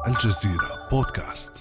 الجزيرة بودكاست.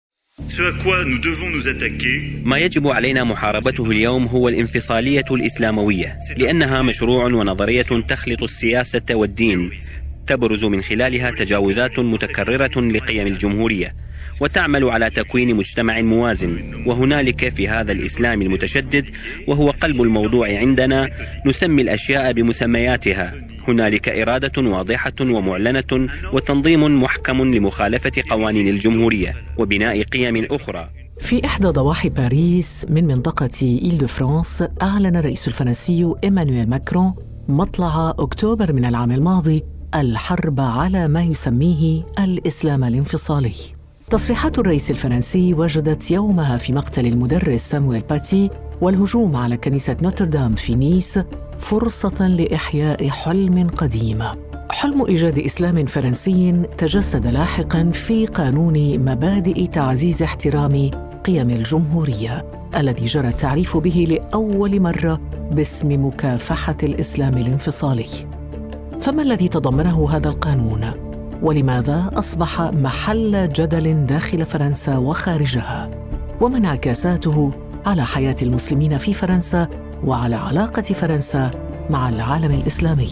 ما يجب علينا محاربته اليوم هو الانفصالية الإسلاموية، لأنها مشروع ونظرية تخلط السياسة والدين، تبرز من خلالها تجاوزات متكررة لقيم الجمهورية، وتعمل على تكوين مجتمع موازن. وهنالك في هذا الإسلام المتشدد، وهو قلب الموضوع عندنا، نسمي الأشياء بمسمياتها. هنالك إرادة واضحة ومعلنة وتنظيم محكم لمخالفة قوانين الجمهورية وبناء قيم أخرى. في إحدى ضواحي باريس من منطقة إيل دو فرانس، أعلن الرئيس الفرنسي إيمانويل ماكرون مطلع أكتوبر من العام الماضي الحرب على ما يسميه الإسلام الانفصالي. تصريحات الرئيس الفرنسي وجدت يومها في مقتل المدرس سامويل باتي والهجوم على كنيسة نوتردام في نيس فرصة لإحياء حلم قديم، حلم إيجاد إسلام فرنسي تجسد لاحقاً في قانون مبادئ تعزيز احترام قيم الجمهورية الذي جرى التعريف به لأول مرة باسم مكافحة الإسلام الانفصالي. فما الذي تضمنه هذا القانون؟ ولماذا أصبح محل جدل داخل فرنسا وخارجها؟ وما انعكاساته على حياة المسلمين في فرنسا وعلى علاقة فرنسا مع العالم الإسلامي؟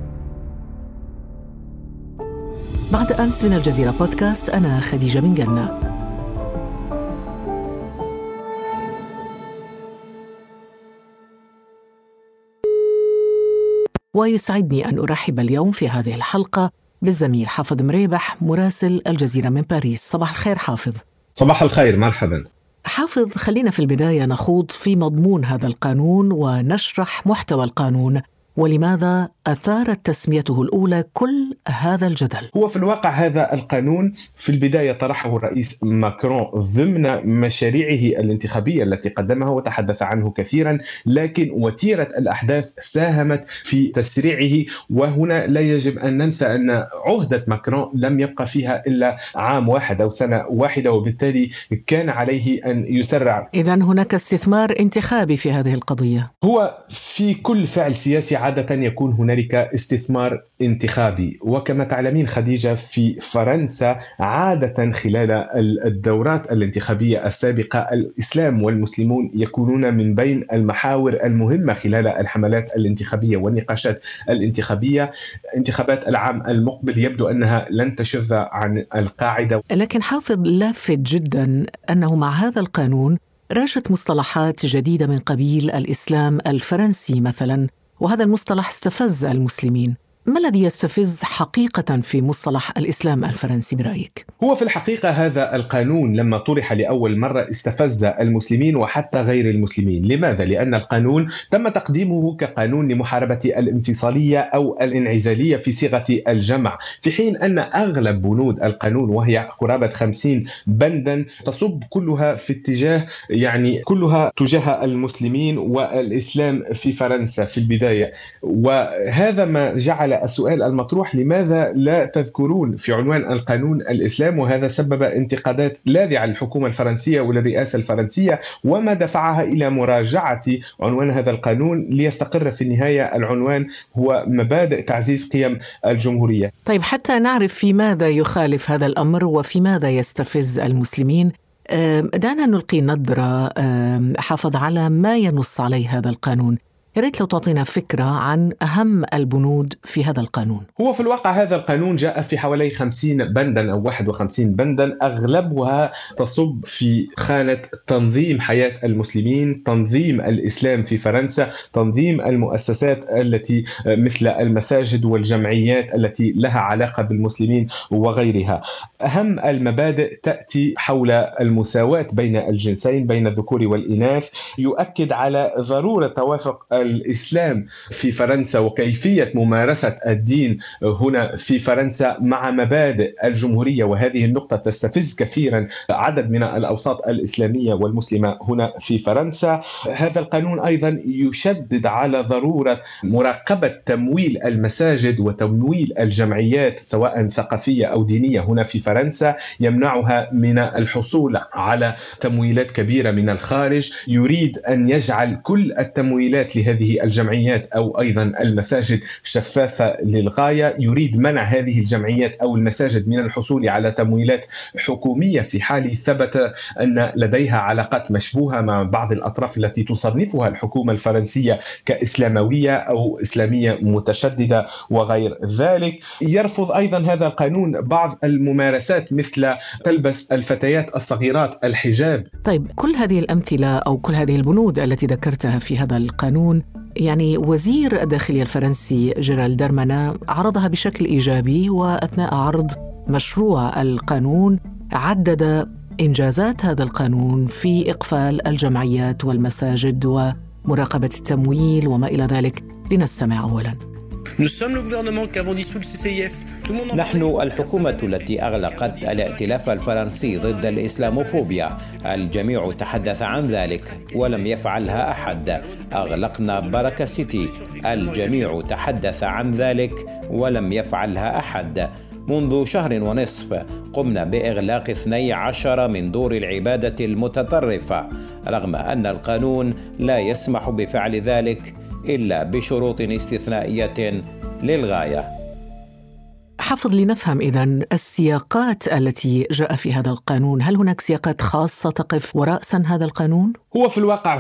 بعد أمس من الجزيرة بودكاست، أنا خديجة بن جنة. ويسعدني أن أرحب اليوم في هذه الحلقة بالزميل حافظ مريبح مراسل الجزيرة من باريس. صباح الخير حافظ. صباح الخير، مرحبا. حافظ، خلينا في البداية نخوض في مضمون هذا القانون ونشرح محتوى القانون ولماذا أثارت تسميته الأولى كل هذا الجدل. هو في الواقع هذا القانون في البداية طرحه الرئيس ماكرون ضمن مشاريعه الانتخابية التي قدمها وتحدث عنه كثيرا، لكن وتيرة الأحداث ساهمت في تسريعه. وهنا لا يجب أن ننسى أن عهدة ماكرون لم يبقى فيها إلا عام واحد أو سنة واحدة، وبالتالي كان عليه أن يسرع. إذن هناك استثمار انتخابي في هذه القضية. هو في كل فعل سياسي عادة يكون هنالك استثمار انتخابي، وكما تعلمين خديجة في فرنسا عادة خلال الدورات الانتخابية السابقة الإسلام والمسلمون يكونون من بين المحاور المهمة خلال الحملات الانتخابية والنقاشات الانتخابية. انتخابات العام المقبل يبدو أنها لن تشذ عن القاعدة. لكن حافظ، لافت جدا أنه مع هذا القانون راجت مصطلحات جديدة من قبيل الإسلام الفرنسي مثلا، وهذا المصطلح استفز المسلمين. ما الذي يستفز حقيقة في مصطلح الإسلام الفرنسي برأيك؟ هو في الحقيقة هذا القانون لما طرح لأول مرة استفز المسلمين وحتى غير المسلمين. لماذا؟ لأن القانون تم تقديمه كقانون لمحاربة الانفصالية أو الانعزالية في صيغة الجمع، في حين أن أغلب بنود القانون وهي قرابة 50 بندا تصب كلها في اتجاه، يعني كلها تجاه المسلمين والإسلام في فرنسا في البداية. وهذا ما جعل السؤال المطروح: لماذا لا تذكرون في عنوان القانون الإسلام؟ وهذا سبب انتقادات لاذعة للحكومة الفرنسية والرئاسة الفرنسية، وما دفعها إلى مراجعة عنوان هذا القانون ليستقر في النهاية العنوان هو مبادئ تعزيز قيم الجمهورية. طيب، حتى نعرف في ماذا يخالف هذا الأمر وفي ماذا يستفز المسلمين، دعنا نلقي نظرة حافظ على ما ينص عليه هذا القانون. يا ريت لو تعطينا فكرة عن أهم البنود في هذا القانون. هو في الواقع هذا القانون جاء في حوالي 50 بندا أو 51 بندا، أغلبها تصب في خانة تنظيم حياة المسلمين، تنظيم الإسلام في فرنسا، تنظيم المؤسسات التي مثل المساجد والجمعيات التي لها علاقة بالمسلمين وغيرها. أهم المبادئ تأتي حول المساواة بين الجنسين، بين الذكور والإناث، يؤكد على ضرورة توافق الإسلام في فرنسا وكيفية ممارسة الدين هنا في فرنسا مع مبادئ الجمهورية. وهذه النقطة تستفز كثيرا عدد من الأوساط الإسلامية والمسلمة هنا في فرنسا. هذا القانون أيضا يشدد على ضرورة مراقبة تمويل المساجد وتمويل الجمعيات سواء ثقافية أو دينية هنا في فرنسا، يمنعها من الحصول على تمويلات كبيرة من الخارج. يريد أن يجعل كل التمويلات لهذه هذه الجمعيات أو أيضا المساجد شفافة للغاية. يريد منع هذه الجمعيات أو المساجد من الحصول على تمويلات حكومية في حال ثبت أن لديها علاقات مشبوهة مع بعض الأطراف التي تصنفها الحكومة الفرنسية كإسلاموية أو إسلامية متشددة وغير ذلك. يرفض أيضا هذا القانون بعض الممارسات مثل تلبس الفتيات الصغيرات الحجاب. طيب، كل هذه الأمثلة أو كل هذه البنود التي ذكرتها في هذا القانون، يعني وزير الداخلية الفرنسي جيرالد دارمانا عرضها بشكل إيجابي، وأثناء عرض مشروع القانون عدد إنجازات هذا القانون في إقفال الجمعيات والمساجد ومراقبة التمويل وما إلى ذلك. لنستمع أولاً. نحن الحكومة التي أغلقت الائتلاف الفرنسي ضد الإسلاموفوبيا. الجميع تحدث عن ذلك ولم يفعلها أحد. أغلقنا بركة سيتي. الجميع تحدث عن ذلك ولم يفعلها أحد. منذ شهر ونصف قمنا بإغلاق 12 من دور العبادة المتطرفة، رغم أن القانون لا يسمح بفعل ذلك إلا بشروط استثنائية للغاية. حافظ، لنفهم إذن السياقات التي جاء في هذا القانون. هل هناك سياقات خاصة تقف ورأسا هذا القانون؟ هو في الواقع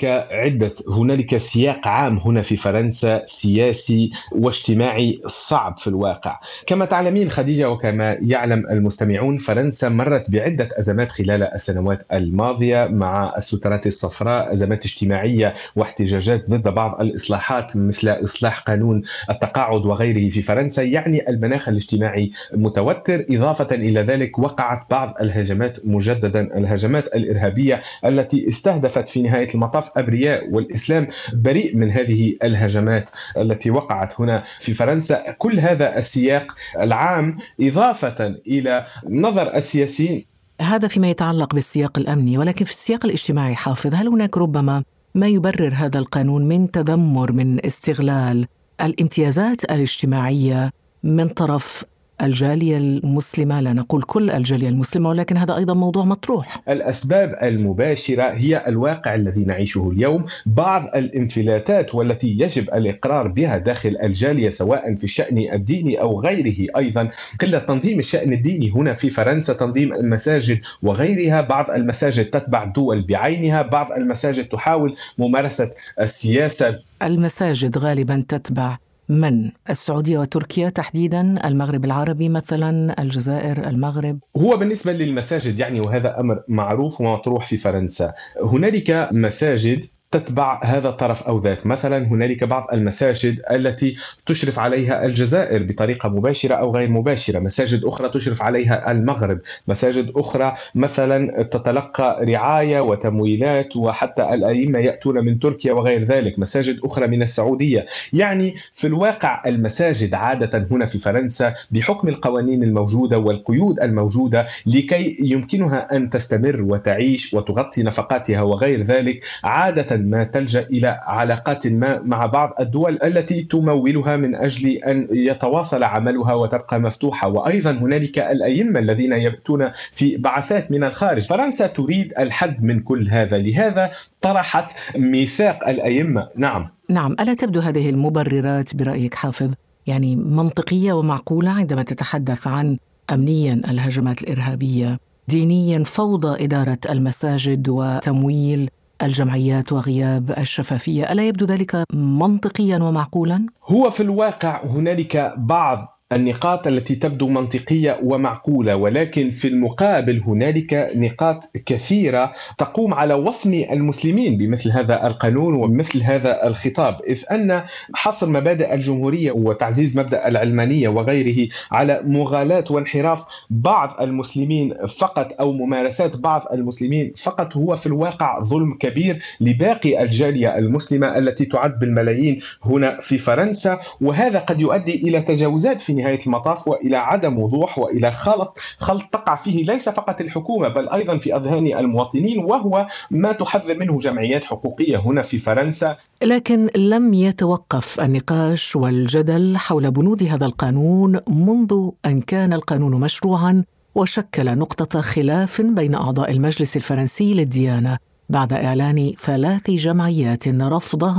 هنالك سياق عام هنا في فرنسا، سياسي واجتماعي صعب في الواقع. كما تعلمين خديجة وكما يعلم المستمعون، فرنسا مرت بعدة أزمات خلال السنوات الماضية مع السترات الصفراء، أزمات اجتماعية واحتجاجات ضد بعض الإصلاحات مثل إصلاح قانون التقاعد وغيره في فرنسا. يعني المناخ الاجتماعي متوتر. إضافة إلى ذلك وقعت بعض الهجمات مجددا، الهجمات الإرهابية التي استهدفت في نهاية المطاف أبرياء، والإسلام بريء من هذه الهجمات التي وقعت هنا في فرنسا. كل هذا السياق العام إضافة إلى نظر السياسيين. هذا فيما يتعلق بالسياق الأمني، ولكن في السياق الاجتماعي حافظ، هل هناك ربما ما يبرر هذا القانون من تذمر، من استغلال الامتيازات الاجتماعية من طرف الجالية المسلمة؟ لا نقول كل الجالية المسلمة، ولكن هذا أيضا موضوع مطروح. الأسباب المباشرة هي الواقع الذي نعيشه اليوم. بعض الانفلاتات والتي يجب الإقرار بها داخل الجالية سواء في الشأن الديني أو غيره، أيضا قلة تنظيم الشأن الديني هنا في فرنسا، تنظيم المساجد وغيرها. بعض المساجد تتبع الدول بعينها، بعض المساجد تحاول ممارسة السياسة. المساجد غالبا تتبع من؟ السعودية وتركيا تحديدا، المغرب العربي مثلا، الجزائر، المغرب. هو بالنسبة للمساجد يعني، وهذا أمر معروف ومطروح في فرنسا، هنالك مساجد تتبع هذا الطرف أو ذاك. مثلا هنالك بعض المساجد التي تشرف عليها الجزائر بطريقة مباشرة أو غير مباشرة، مساجد أخرى تشرف عليها المغرب، مساجد أخرى مثلا تتلقى رعاية وتمويلات وحتى الأئمة يأتون من تركيا وغير ذلك، مساجد أخرى من السعودية. يعني في الواقع المساجد عادة هنا في فرنسا بحكم القوانين الموجودة والقيود الموجودة لكي يمكنها أن تستمر وتعيش وتغطي نفقاتها وغير ذلك، عادة ما تلجأ إلى علاقات ما مع بعض الدول التي تمولها من أجل أن يتواصل عملها وتبقى مفتوحة. وأيضا هنالك الأئمة الذين يأتون في بعثات من الخارج. فرنسا تريد الحد من كل هذا، لهذا طرحت ميثاق الأئمة. نعم. ألا تبدو هذه المبررات برأيك حافظ يعني منطقية ومعقولة عندما تتحدث عن أمنيا الهجمات الإرهابية، دينيا فوضى إدارة المساجد وتمويل الجمعيات وغياب الشفافية؟ ألا يبدو ذلك منطقيا ومعقولا؟ هو في الواقع هنالك بعض النقاط التي تبدو منطقية ومعقولة، ولكن في المقابل هنالك نقاط كثيرة تقوم على وصم المسلمين بمثل هذا القانون ومثل هذا الخطاب، إذ أن حصر مبادئ الجمهورية وتعزيز مبدأ العلمانية وغيره على مغالاة وانحراف بعض المسلمين فقط أو ممارسات بعض المسلمين فقط هو في الواقع ظلم كبير لباقي الجالية المسلمة التي تعد بالملايين هنا في فرنسا. وهذا قد يؤدي إلى تجاوزات في نهاية المطاف وإلى عدم وضوح وإلى خلط تقع فيه ليس فقط الحكومة بل أيضا في أذهان المواطنين، وهو ما تحذر منه جمعيات حقوقية هنا في فرنسا. لكن لم يتوقف النقاش والجدل حول بنود هذا القانون منذ أن كان القانون مشروعا، وشكل نقطة خلاف بين أعضاء المجلس الفرنسي للديانة بعد إعلان 3 جمعيات رفضها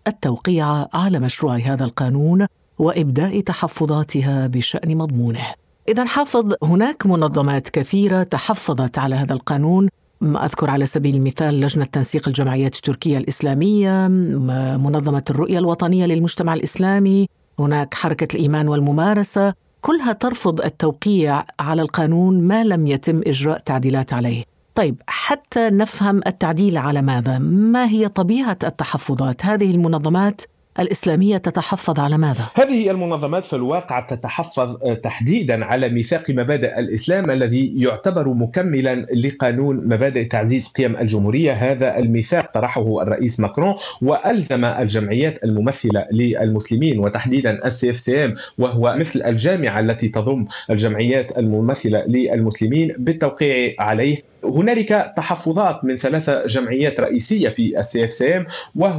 التوقيع على مشروع هذا القانون وإبداء تحفظاتها بشأن مضمونه. إذن حافظ، هناك منظمات كثيرة تحفظت على هذا القانون. أذكر على سبيل المثال لجنة تنسيق الجمعيات التركية الإسلامية، منظمة الرؤية الوطنية للمجتمع الإسلامي، هناك حركة الإيمان والممارسة، كلها ترفض التوقيع على القانون ما لم يتم إجراء تعديلات عليه. طيب، حتى نفهم التعديل على ماذا؟ ما هي طبيعة التحفظات؟ هذه المنظمات الإسلامية تتحفظ على ماذا؟ هذه المنظمات في الواقع تتحفظ تحديداً على ميثاق مبادئ الإسلام الذي يعتبر مكملاً لقانون مبادئ تعزيز قيم الجمهورية. هذا الميثاق طرحه الرئيس ماكرون وألزم الجمعيات الممثلة للمسلمين وتحديداً CFCM، وهو مثل الجامعة التي تضم الجمعيات الممثلة للمسلمين، بالتوقيع عليه. هنالك تحفظات من 3 جمعيات رئيسية في CFCM،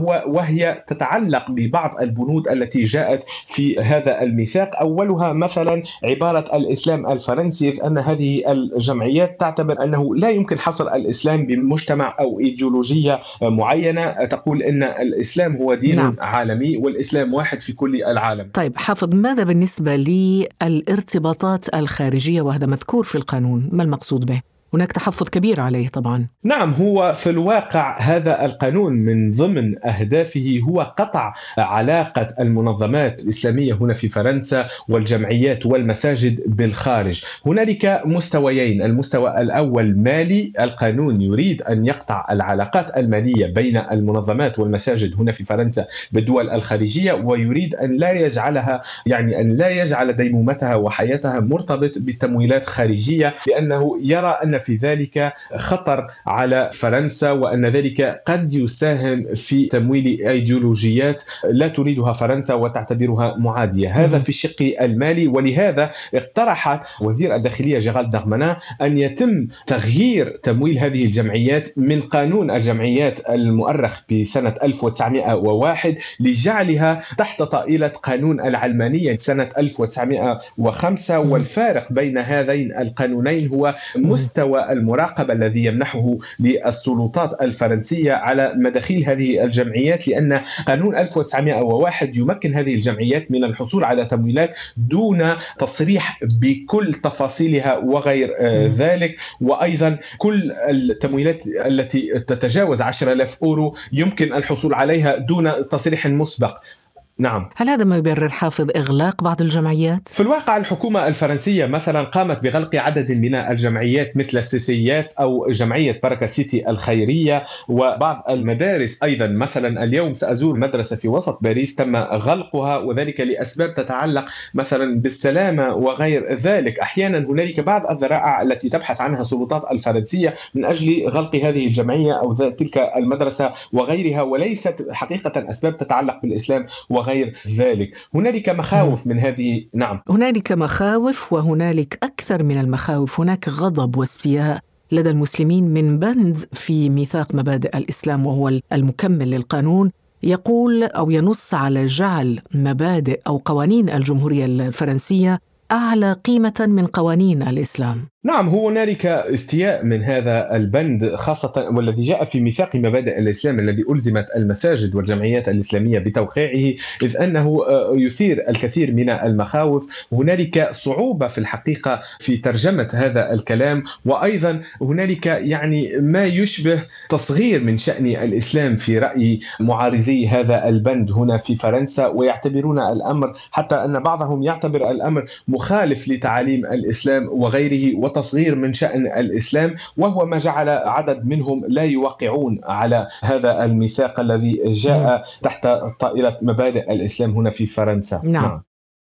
وهي تتعلق ببعض البنود التي جاءت في هذا الميثاق. أولها مثلا عبارة الإسلام الفرنسي، أن هذه الجمعيات تعتبر أنه لا يمكن حصر الإسلام بمجتمع أو إيديولوجية معينة، تقول أن الإسلام هو دين عالمي والإسلام واحد في كل العالم. طيب حافظ، ماذا بالنسبة للارتباطات الخارجية وهذا مذكور في القانون؟ ما المقصود به؟ هناك تحفظ كبير عليه طبعا. نعم، هو في الواقع هذا القانون من ضمن أهدافه هو قطع علاقة المنظمات الإسلامية هنا في فرنسا والجمعيات والمساجد بالخارج. هنالك مستويين، المستوى الأول مالي، القانون يريد أن يقطع العلاقات المالية بين المنظمات والمساجد هنا في فرنسا بالدول الخارجية، ويريد أن لا يجعلها أن لا يجعل ديمومتها وحياتها مرتبط بتمويلات خارجية، لأنه يرى أن في ذلك خطر على فرنسا، وأن ذلك قد يساهم في تمويل أيديولوجيات لا تريدها فرنسا وتعتبرها معادية. هذا في الشق المالي، ولهذا اقترحت وزير الداخلية جيرالد دارمانان أن يتم تغيير تمويل هذه الجمعيات من قانون الجمعيات المؤرخ بسنة 1901 لجعلها تحت طائلة قانون العلمانية سنة 1905. والفارق بين هذين القانونين هو مستوى المراقبة الذي يمنحه للسلطات الفرنسية على مداخيل هذه الجمعيات، لأن قانون 1901 يمكن هذه الجمعيات من الحصول على تمويلات دون تصريح بكل تفاصيلها وغير ذلك. وأيضا كل التمويلات التي تتجاوز 10,000 أورو يمكن الحصول عليها دون تصريح مسبق. نعم. هل هذا ما يبرر حافظ إغلاق بعض الجمعيات؟ في الواقع الحكومة الفرنسية مثلا قامت بغلق عدد من الجمعيات مثل السيسيات أو جمعية بركة سيتي الخيرية، وبعض المدارس أيضا. مثلا اليوم سأزور مدرسة في وسط باريس تم غلقها، وذلك لأسباب تتعلق مثلا بالسلامة وغير ذلك. أحيانا هنالك بعض الذرائع التي تبحث عنها السلطات الفرنسية من أجل غلق هذه الجمعية أو تلك المدرسة وغيرها، وليست حقيقة أسباب تتعلق بالإسلام وغير ذلك. هنالك مخاوف من هذه. نعم، هنالك مخاوف، وهنالك أكثر من المخاوف. هناك غضب واستياء لدى المسلمين من بند في ميثاق مبادئ الإسلام وهو المكمل للقانون، يقول أو ينص على جعل مبادئ أو قوانين الجمهورية الفرنسية أعلى قيمة من قوانين الإسلام. نعم، هنالك استياء من هذا البند خاصة والذي جاء في ميثاق مبادئ الإسلام الذي ألزمت المساجد والجمعيات الإسلامية بتوقيعه، إذ أنه يثير الكثير من المخاوف. هنالك صعوبة في الحقيقة في ترجمة هذا الكلام، وأيضا هنالك ما يشبه تصغير من شأن الإسلام في رأي معارضي هذا البند هنا في فرنسا، ويعتبرون الأمر، حتى أن بعضهم يعتبر الأمر مخالف لتعاليم الإسلام وغيره وتصغير من شأن الإسلام، وهو ما جعل عدد منهم لا يوقعون على هذا الميثاق الذي جاء تحت طائلة مبادئ الإسلام هنا في فرنسا. نعم.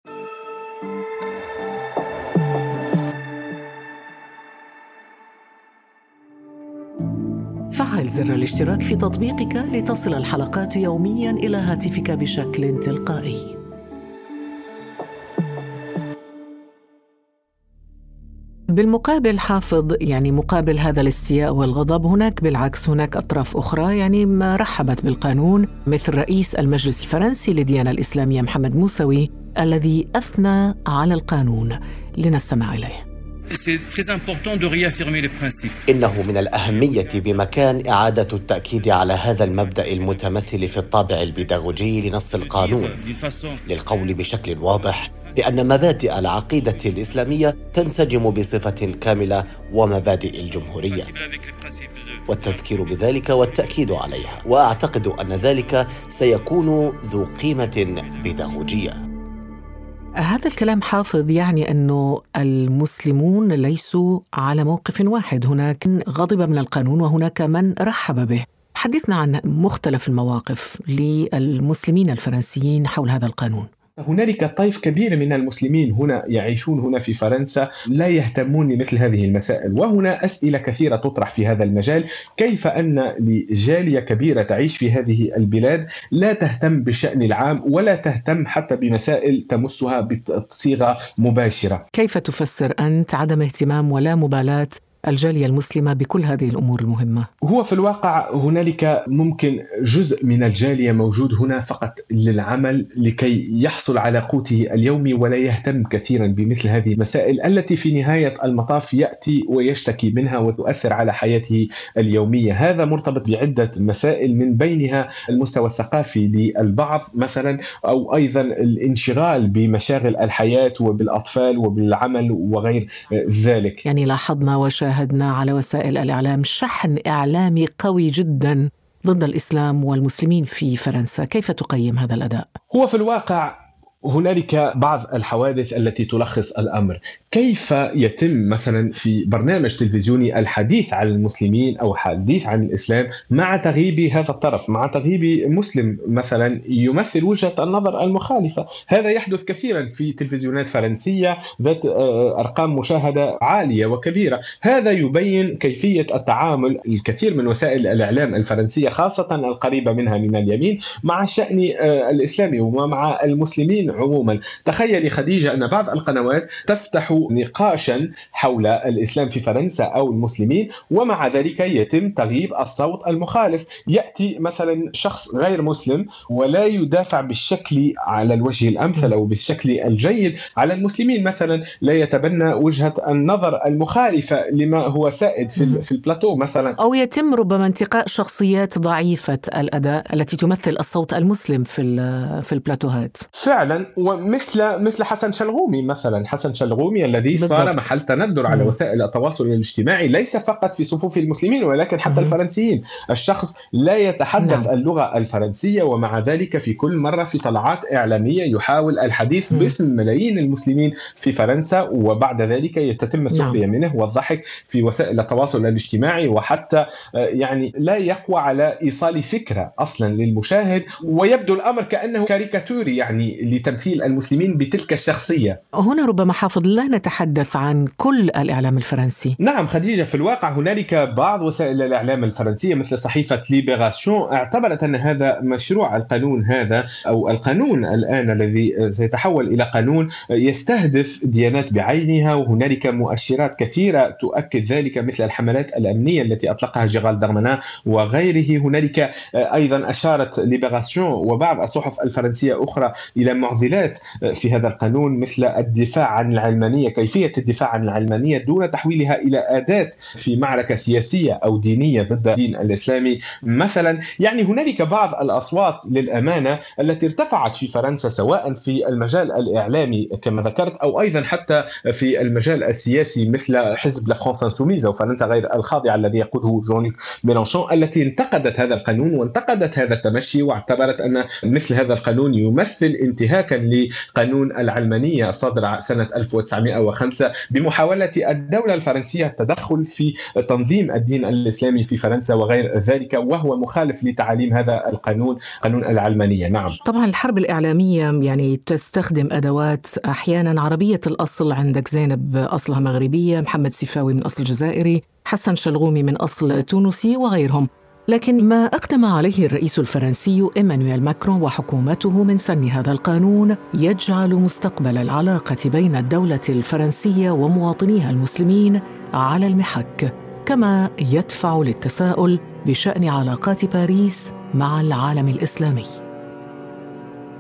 فعل زر الاشتراك في تطبيقك لتصل الحلقات يومياً إلى هاتفك بشكل تلقائي. بالمقابل حافظ، مقابل هذا الاستياء والغضب هناك بالعكس هناك أطراف أخرى ما رحبت بالقانون، مثل رئيس المجلس الفرنسي للديانة الإسلامية محمد موسوي الذي أثنى على القانون. لنستمع إليه. إنه من الأهمية بمكان إعادة التأكيد على هذا المبدأ المتمثل في الطابع البيداغوجي لنص القانون، للقول بشكل واضح بأن مبادئ العقيدة الإسلامية تنسجم بصفة كاملة ومبادئ الجمهورية، والتذكير بذلك والتأكيد عليها، وأعتقد أن ذلك سيكون ذو قيمة بيداغوجية. هذا الكلام حافظ يعني أنه المسلمون ليسوا على موقف واحد، هناك من غضب من القانون وهناك من رحب به. حدثنا عن مختلف المواقف للمسلمين الفرنسيين حول هذا القانون. هنالك طيف كبير من المسلمين هنا يعيشون هنا في فرنسا لا يهتمون لمثل هذه المسائل، وهنا أسئلة كثيرة تطرح في هذا المجال. كيف أن لجالية كبيرة تعيش في هذه البلاد لا تهتم بالشأن العام ولا تهتم حتى بمسائل تمسها بصيغة مباشرة؟ كيف تفسر أنت عدم اهتمام ولا مبالاة الجالية المسلمة بكل هذه الأمور المهمة؟ هو في الواقع هنالك ممكن جزء من الجالية موجود هنا فقط للعمل لكي يحصل على قوته اليومي، ولا يهتم كثيرا بمثل هذه المسائل التي في نهاية المطاف يأتي ويشتكي منها وتؤثر على حياته اليومية. هذا مرتبط بعدة مسائل، من بينها المستوى الثقافي للبعض مثلا، أو أيضا الانشغال بمشاغل الحياة وبالأطفال وبالعمل وغير ذلك. يعني لاحظنا وشاهدنا على وسائل الإعلام شحن إعلامي قوي جدا ضد الإسلام والمسلمين في فرنسا. كيف تقيم هذا الأداء؟ هو في الواقع هنالك بعض الحوادث التي تلخص الأمر. كيف يتم مثلا في برنامج تلفزيوني الحديث عن المسلمين أو حديث عن الإسلام مع تغييب هذا الطرف، مع تغييب مسلم مثلا يمثل وجهة النظر المخالفة؟ هذا يحدث كثيرا في تلفزيونات فرنسية ذات أرقام مشاهدة عالية وكبيرة. هذا يبين كيفية التعامل الكثير من وسائل الإعلام الفرنسية خاصة القريبة منها من اليمين مع الشأن الإسلامي ومع المسلمين عموما. تخيلي خديجة أن بعض القنوات تفتح نقاشا حول الإسلام في فرنسا أو المسلمين، ومع ذلك يتم تغييب الصوت المخالف. يأتي مثلا شخص غير مسلم ولا يدافع بالشكل على الوجه الأمثل أو بالشكل الجيد على المسلمين، مثلا لا يتبنى وجهة النظر المخالفة لما هو سائد في البلاتو مثلا، أو يتم ربما انتقاء شخصيات ضعيفة الأداء التي تمثل الصوت المسلم في البلاتوهات فعلا. ومثل حسن شلغومي مثلا، حسن شلغومي الذي صار محل تندر على وسائل التواصل الاجتماعي ليس فقط في صفوف المسلمين ولكن حتى الفرنسيين. الشخص لا يتحدث اللغة الفرنسية، ومع ذلك في كل مرة في طلعات إعلامية يحاول الحديث باسم ملايين المسلمين في فرنسا، وبعد ذلك يتم السخرية منه والضحك في وسائل التواصل الاجتماعي، وحتى يعني لا يقوى على إيصال فكرة أصلا للمشاهد، ويبدو الأمر كأنه كاريكاتوري يعني لتمثيل المسلمين بتلك الشخصية. هنا ربما حافظ لا نتحدث عن كل الإعلام الفرنسي. نعم خديجة، في الواقع هنالك بعض وسائل الإعلام الفرنسية مثل صحيفة ليبراسيون اعتبرت أن هذا مشروع القانون هذا أو القانون الآن الذي سيتحول إلى قانون يستهدف ديانات بعينها، وهنالك مؤشرات كثيرة تؤكد ذلك مثل الحملات الأمنية التي أطلقها جيرالد دارمانان وغيره. هنالك أيضا أشارت ليبراسيون وبعض الصحف الفرنسية أخرى إلى معضلات في هذا القانون مثل الدفاع عن العلمانية، كيفية الدفاع عن العلمانية دون تحويلها إلى أداة في معركة سياسية أو دينية ضد الدين الإسلامي مثلا. يعني هنالك بعض الأصوات للأمانة التي ارتفعت في فرنسا سواء في المجال الإعلامي كما ذكرت أو أيضا حتى في المجال السياسي مثل حزب لا فرانس انسوميز أو فرنسا غير الخاضعة الذي يقوده جون ميلانشون، التي انتقدت هذا القانون وانتقدت هذا التمشي واعتبرت أن مثل هذا القانون يمثل انتهاكا لقانون العلمانية صادر سنة 1905 بمحاولة الدولة الفرنسية التدخل في تنظيم الدين الإسلامي في فرنسا وغير ذلك، وهو مخالف لتعاليم هذا القانون، قانون العلمانية. نعم طبعا الحرب الإعلامية يعني تستخدم أدوات أحيانا عربية الأصل، عندك زينب أصلها مغربية، محمد سفاوي من أصل جزائري، حسن شلغومي من أصل تونسي وغيرهم. لكن ما أقدم عليه الرئيس الفرنسي إيمانويل ماكرون وحكومته من سن هذا القانون يجعل مستقبل العلاقة بين الدولة الفرنسية ومواطنيها المسلمين على المحك، كما يدفع للتساؤل بشأن علاقات باريس مع العالم الإسلامي.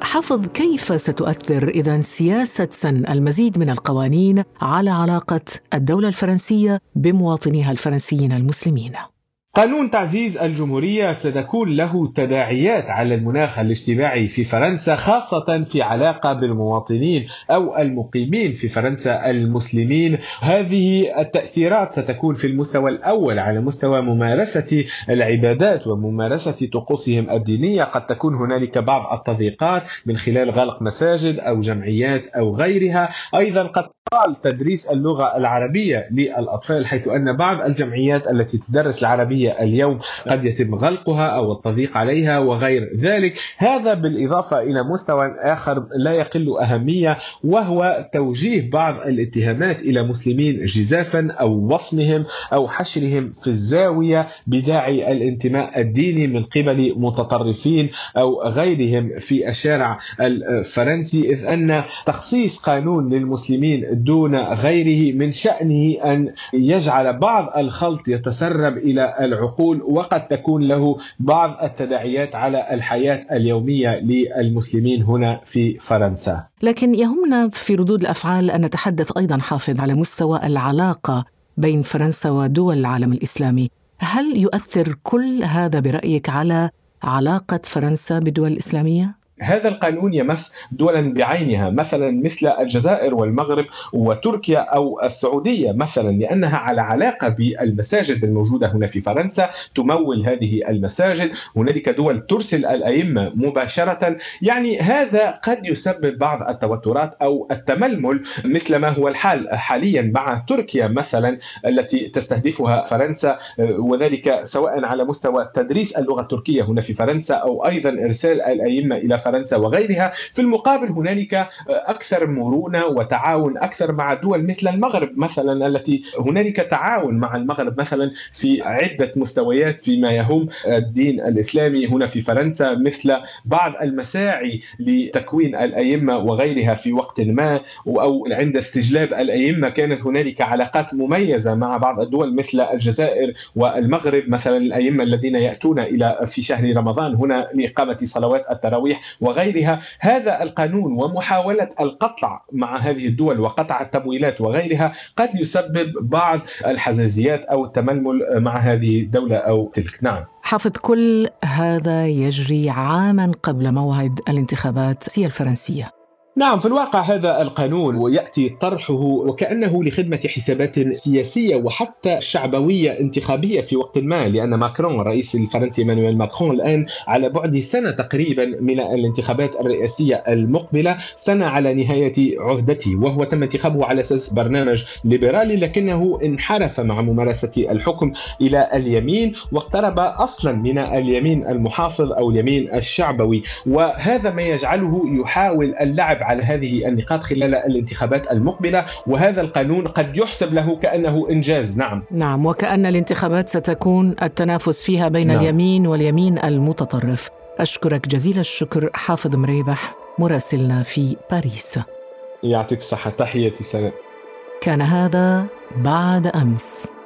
حافظ، كيف ستؤثر إذن سياسة سن المزيد من القوانين على علاقة الدولة الفرنسية بمواطنيها الفرنسيين المسلمين؟ قانون تعزيز الجمهورية ستكون له تداعيات على المناخ الاجتماعي في فرنسا، خاصة في علاقة بالمواطنين أو المقيمين في فرنسا المسلمين. هذه التأثيرات ستكون في المستوى الأول على مستوى ممارسة العبادات وممارسة طقوسهم الدينية. قد تكون هنالك بعض التضييقات من خلال غلق مساجد أو جمعيات أو غيرها. أيضا قد يقال تدريس اللغة العربية للأطفال، حيث أن بعض الجمعيات التي تدرس العربية اليوم قد يتم غلقها أو التضييق عليها وغير ذلك. هذا بالإضافة إلى مستوى آخر لا يقل أهمية، وهو توجيه بعض الاتهامات إلى مسلمين جزافا أو وصمهم أو حشرهم في الزاوية بداعي الانتماء الديني من قبل متطرفين أو غيرهم في الشارع الفرنسي، إذ أن تخصيص قانون للمسلمين دون غيره من شأنه أن يجعل بعض الخلط يتسرب إلى العقول، وقد تكون له بعض التداعيات على الحياة اليومية للمسلمين هنا في فرنسا. لكن يهمنا في ردود الأفعال أن نتحدث أيضا حافظ على مستوى العلاقة بين فرنسا ودول العالم الإسلامي. هل يؤثر كل هذا برأيك على علاقة فرنسا بالدول الإسلامية؟ هذا القانون يمس دولا بعينها، مثلا مثل الجزائر والمغرب وتركيا أو السعودية مثلا، لأنها على علاقة بالمساجد الموجودة هنا في فرنسا، تمول هذه المساجد. هنالك دول ترسل الأئمة مباشرة. يعني هذا قد يسبب بعض التوترات أو التململ، مثل ما هو الحال حاليا مع تركيا مثلا التي تستهدفها فرنسا، وذلك سواء على مستوى تدريس اللغة التركية هنا في فرنسا أو أيضا إرسال الأئمة إلى فرنسا وغيرها. في المقابل هنالك أكثر مرونة وتعاون أكثر مع دول مثل المغرب مثلا، التي هنالك تعاون مع المغرب مثلا في عدة مستويات فيما يهم الدين الإسلامي هنا في فرنسا، مثل بعض المساعي لتكوين الأئمة وغيرها في وقت ما، أو عند استجلاب الأئمة كانت هنالك علاقات مميزة مع بعض الدول مثل الجزائر والمغرب مثلا، الأئمة الذين يأتون إلى في شهر رمضان هنا لإقامة صلوات التراويح وغيرها. هذا القانون ومحاولة القطع مع هذه الدول وقطع التمويلات وغيرها قد يسبب بعض الحزازيات أو التململ مع هذه الدولة أو تلك. نعم حافظ، كل هذا يجري عاما قبل موعد الانتخابات الفرنسية. نعم، في الواقع هذا القانون ويأتي طرحه وكأنه لخدمة حسابات سياسية وحتى شعبوية انتخابية في وقت ما، لأن ماكرون الرئيس الفرنسي إيمانويل ماكرون الآن على بعد سنة تقريبا من الانتخابات الرئاسية المقبلة، سنة على نهاية عهدته، وهو تم انتخابه على أساس برنامج ليبرالي، لكنه انحرف مع ممارسة الحكم إلى اليمين واقترب أصلا من اليمين المحافظ أو اليمين الشعبوي، وهذا ما يجعله يحاول اللعب على هذه النقاط خلال الانتخابات المقبلة، وهذا القانون قد يحسب له كأنه إنجاز. نعم، وكأن الانتخابات ستكون التنافس فيها بين اليمين واليمين المتطرف. أشكرك جزيل الشكر حافظ مريبح مراسلنا في باريس. يعطيك الصحة. تحياتي سنة. كان هذا بعد أمس.